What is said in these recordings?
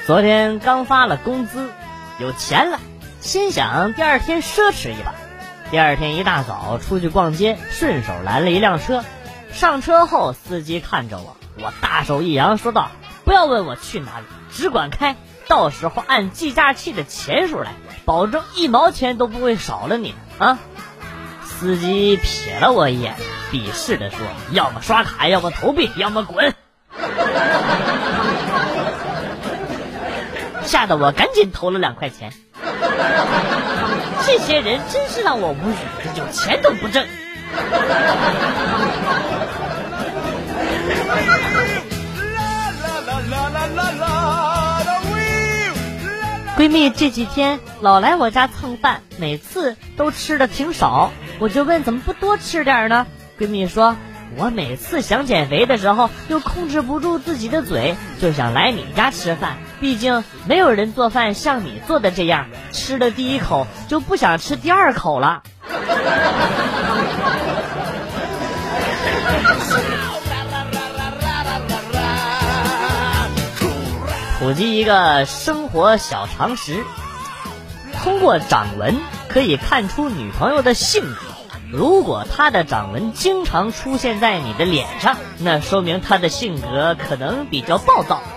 昨天刚发了工资，有钱了，心想第二天奢侈一把。第二天一大早出去逛街，顺手拦了一辆车。上车后，司机看着我大手一扬说道：“不要问我去哪里，只管开，到时候按计价器的钱数来，保证1毛钱都不会少了你啊！”司机瞥了我一眼，鄙视地说：“要么刷卡，要么投币，要么滚！”吓得我赶紧投了2块钱。这些人真是让我无语，有钱都不挣。闺蜜这几天老来我家蹭饭，每次都吃的挺少，我就问怎么不多吃点呢？闺蜜说，我每次想减肥的时候又控制不住自己的嘴，就想来你家吃饭，毕竟没有人做饭像你做的这样，吃了第1口就不想吃第2口了。普及一个生活小常识，通过掌纹可以看出女朋友的性格。如果她的掌纹经常出现在你的脸上，那说明她的性格可能比较暴躁。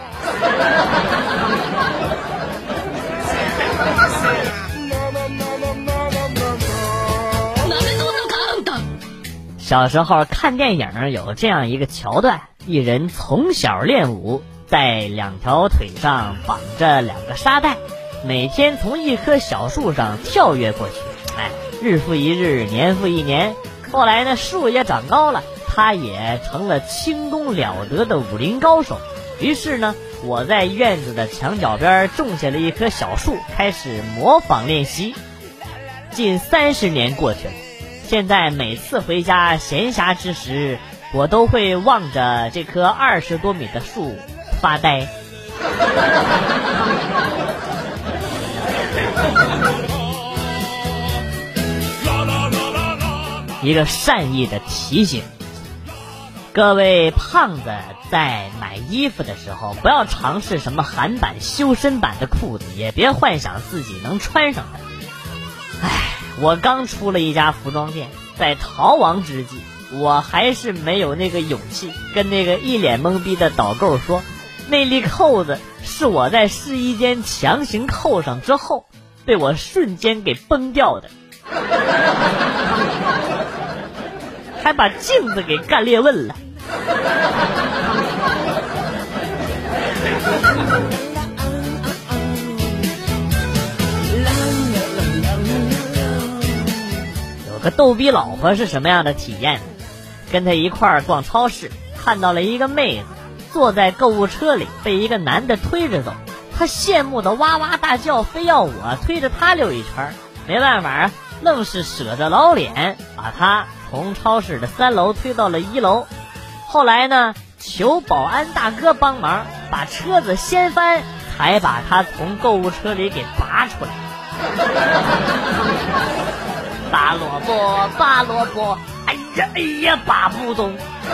小时候看电影有这样一个桥段，一人从小练武，在2条腿上绑着2个沙袋，每天从一棵小树上跳跃过去。日复一日，年复一年，后来呢，树也长高了，他也成了轻功了得的武林高手。于是呢，我在院子的墙角边种下了一棵小树，开始模仿练习。近30年过去了，现在每次回家闲暇之时，我都会望着这棵20多米的树发呆。一个善意的提醒，各位胖子在买衣服的时候，不要尝试什么韩版修身版的裤子，也别幻想自己能穿上它。我刚出了一家服装店，在逃亡之际，我还是没有那个勇气跟那个一脸懵逼的导购说，那粒扣子是我在试衣间强行扣上之后，被我瞬间给崩掉的。还把镜子给干裂纹了。有个逗逼老婆是什么样的体验呢？跟他一块儿逛超市，看到了一个妹子坐在购物车里，被一个男的推着走，他羡慕的哇哇大叫，非要我推着他溜一圈。没办法，愣是舍着老脸把他从超市的3楼推到了1楼。后来呢，求保安大哥帮忙把车子掀翻，才把他从购物车里给拔出来。拔萝卜拔萝卜，哎呀拔不动。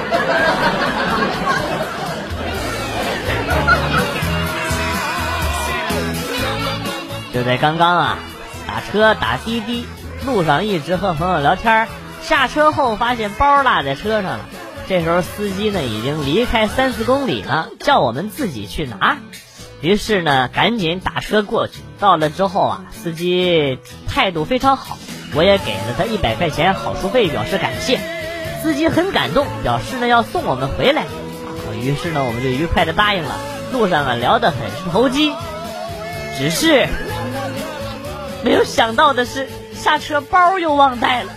就在刚刚啊，打车打滴滴，路上一直和朋友聊天，下车后发现包落在车上了。这时候司机呢已经离开3-4公里了，叫我们自己去拿。于是呢赶紧打车过去。到了之后啊，司机态度非常好，我也给了他100块钱好处费表示感谢。司机很感动，表示呢要送我们回来。于是呢我们就愉快的答应了。路上啊聊得很是投机，只是没有想到的是，下车包又忘带了。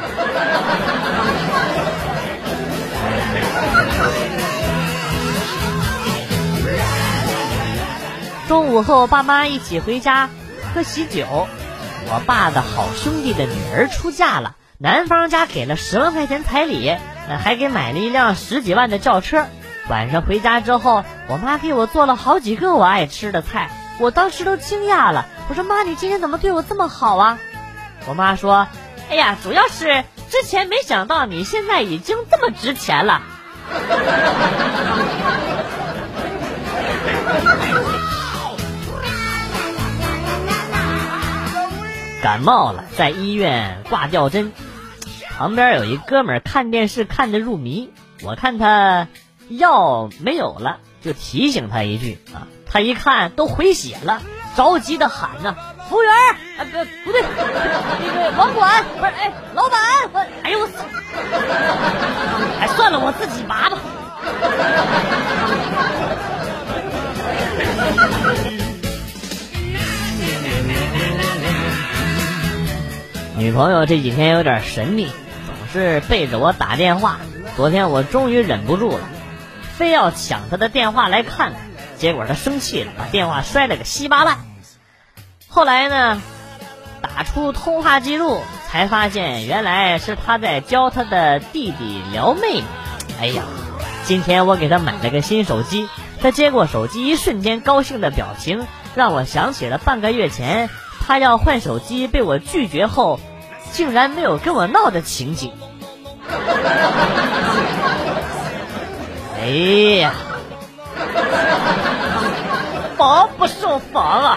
中午和我爸妈一起回家喝喜酒，我爸的好兄弟的女儿出嫁了，男方家给了10万块钱彩礼，还给买了一辆10几万的轿车。晚上回家之后，我妈给我做了好几个我爱吃的菜，我当时都惊讶了。我说妈，你今天怎么对我这么好啊？我妈说，哎呀，主要是之前没想到你现在已经这么值钱了。 感冒了，在医院挂吊针，旁边有一哥们儿看电视看得入迷，我看他药没有了，就提醒他一句啊，他一看都回血了，着急的喊呢，服务员啊，不对，那个网管不是，哎，老板，哎呦我操，哎算了，我自己拔吧。女朋友这几天有点神秘，总是背着我打电话。昨天我终于忍不住了，非要抢她的电话来看看，结果她生气了，把电话摔了个稀巴烂。后来呢，打出通话记录，才发现原来是她在教她的弟弟撩妹妹。哎呀，今天我给她买了个新手机，她接过手机一瞬间高兴的表情，让我想起了半个月前她要换手机被我拒绝后竟然没有跟我闹的情景。哎呀，防不胜防啊！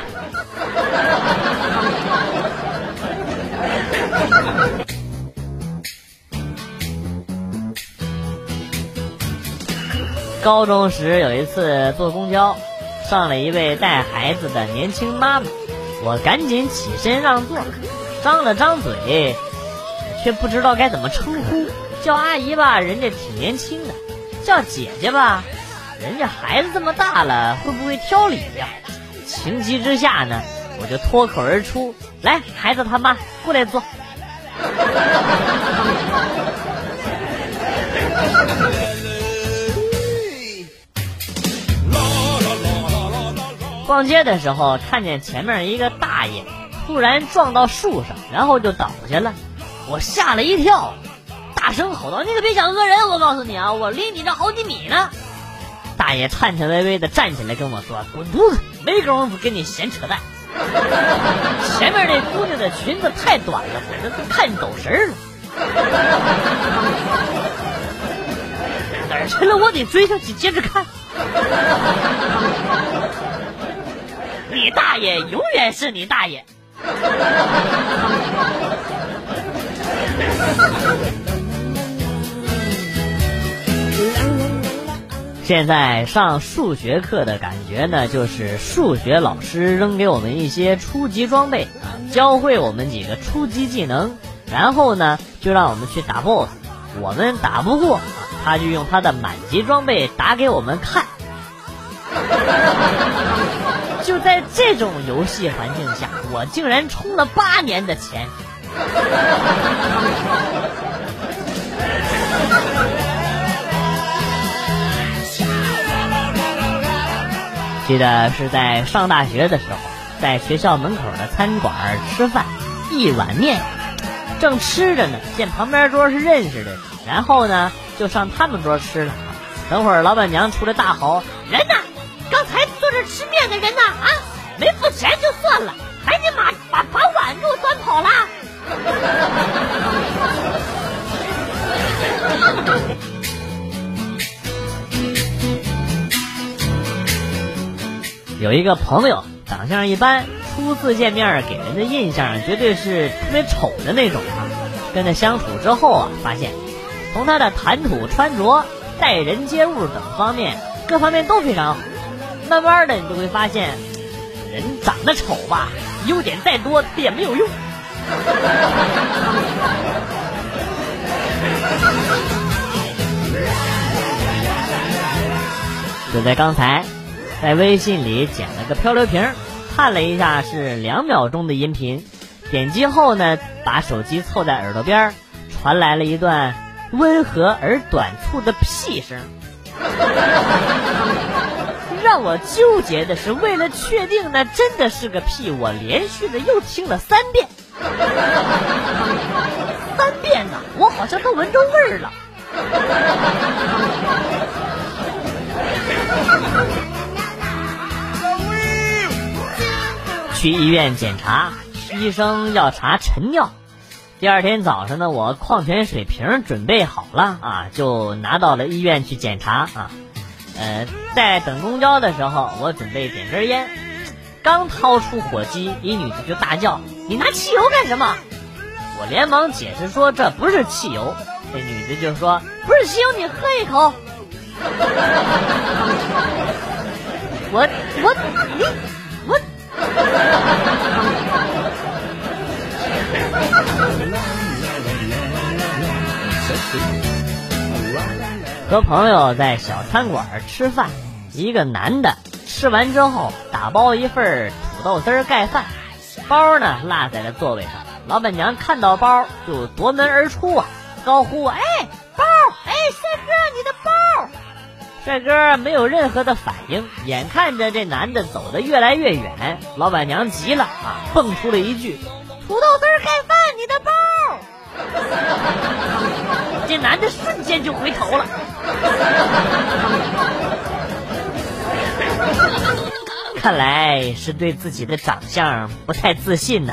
高中时有一次坐公交，上了一位带孩子的年轻妈妈，我赶紧起身让座，张了张嘴，却不知道该怎么称呼。叫阿姨吧，人家挺年轻的；叫姐姐吧，人家孩子这么大了，会不会挑理呀？情急之下呢，我就脱口而出：“来，孩子他妈，过来坐。”逛街的时候，看见前面一个大爷突然撞到树上，然后就倒下了，我吓了一跳，大声吼道：“你可别想讹人！我告诉你啊，我离你这好几米呢！”大爷颤颤巍巍的站起来跟我说：“滚犊子，没工夫跟你闲扯淡。前面那姑娘的裙子太短了，我这都看走神了。哪儿去了？我得追上去接着看。”你大爷永远是你大爷。现在上数学课的感觉呢，就是数学老师扔给我们一些初级装备啊，教会我们几个初级技能，然后呢就让我们去打 BOSS， 我们打不过啊，他就用他的满级装备打给我们看。就在这种游戏环境下，我竟然充了8年的钱。记得是在上大学的时候，在学校门口的餐馆吃饭，一碗面，正吃着呢，见旁边桌是认识的，然后呢就上他们桌吃了。等会儿老板娘出来大吼：“人呢？刚才坐这吃面的人呢？啊，没付钱就算了，还得把碗给我端跑了。”有一个朋友长相一般，初次见面给人的印象绝对是特别丑的那种啊。跟他相处之后啊，发现从他的谈吐、穿着、待人接物等方面，各方面都非常好。慢慢的你就会发现，人长得丑吧，优点再多他也没有用。就在刚才，在微信里捡了个漂流瓶，看了一下是2秒钟的音频，点击后呢，把手机凑在耳朵边，传来了一段温和而短促的屁声。让我纠结的是，为了确定那真的是个屁，我连续的又听了3遍。3遍呢，我好像都闻着味儿了。去医院检查，医生要查晨尿。第二天早上呢，我矿泉水瓶准备好了啊，就拿到了医院去检查啊。在等公交的时候，我准备点根烟， 刚掏出火机，一女的就大叫：“你拿汽油干什么？”我连忙解释说这不是汽油，这女的就说：“不是汽油，你喝一口。”我。和朋友在小餐馆吃饭，一个男的吃完之后打包一份土豆丝盖饭，包呢落在了座位上。老板娘看到包就夺门而出啊，高呼：“哎，包！哎，帅哥，你的包！”帅哥没有任何的反应，眼看着这男的走得越来越远，老板娘急了啊，蹦出了一句：“土豆丝盖饭，你的包！”这男的瞬间就回头了。看来是对自己的长相不太自信呢。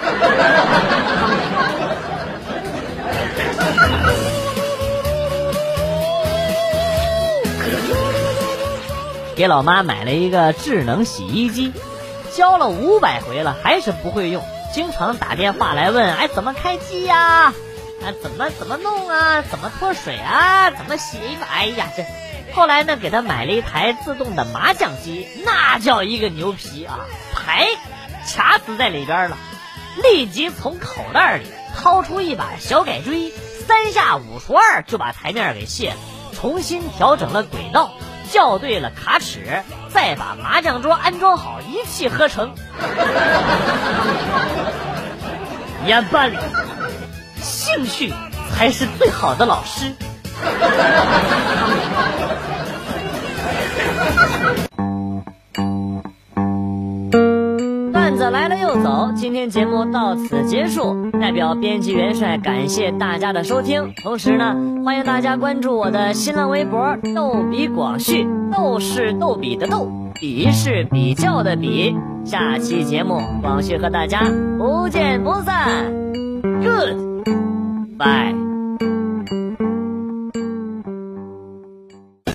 给老妈买了一个智能洗衣机，教了500回了，还是不会用，经常打电话来问：“哎，怎么开机呀？怎么弄啊？怎么脱水啊？怎么洗衣服？”哎呀，这后来呢，给他买了一台自动的麻将机，那叫一个牛皮啊！牌卡死在里边了，立即从口袋里掏出一把小改锥，3下5除2就把台面给卸了，重新调整了轨道，校对了卡尺，再把麻将桌安装好，一气呵成。呀，巴里，兴趣才是最好的老师。段子来了又走，今天节目到此结束，代表编辑元帅感谢大家的收听，同时呢，欢迎大家关注我的新浪微博逗比广旭，逗是逗比的逗，比是比较的比。下期节目广旭和大家不见不散。 Goodbye。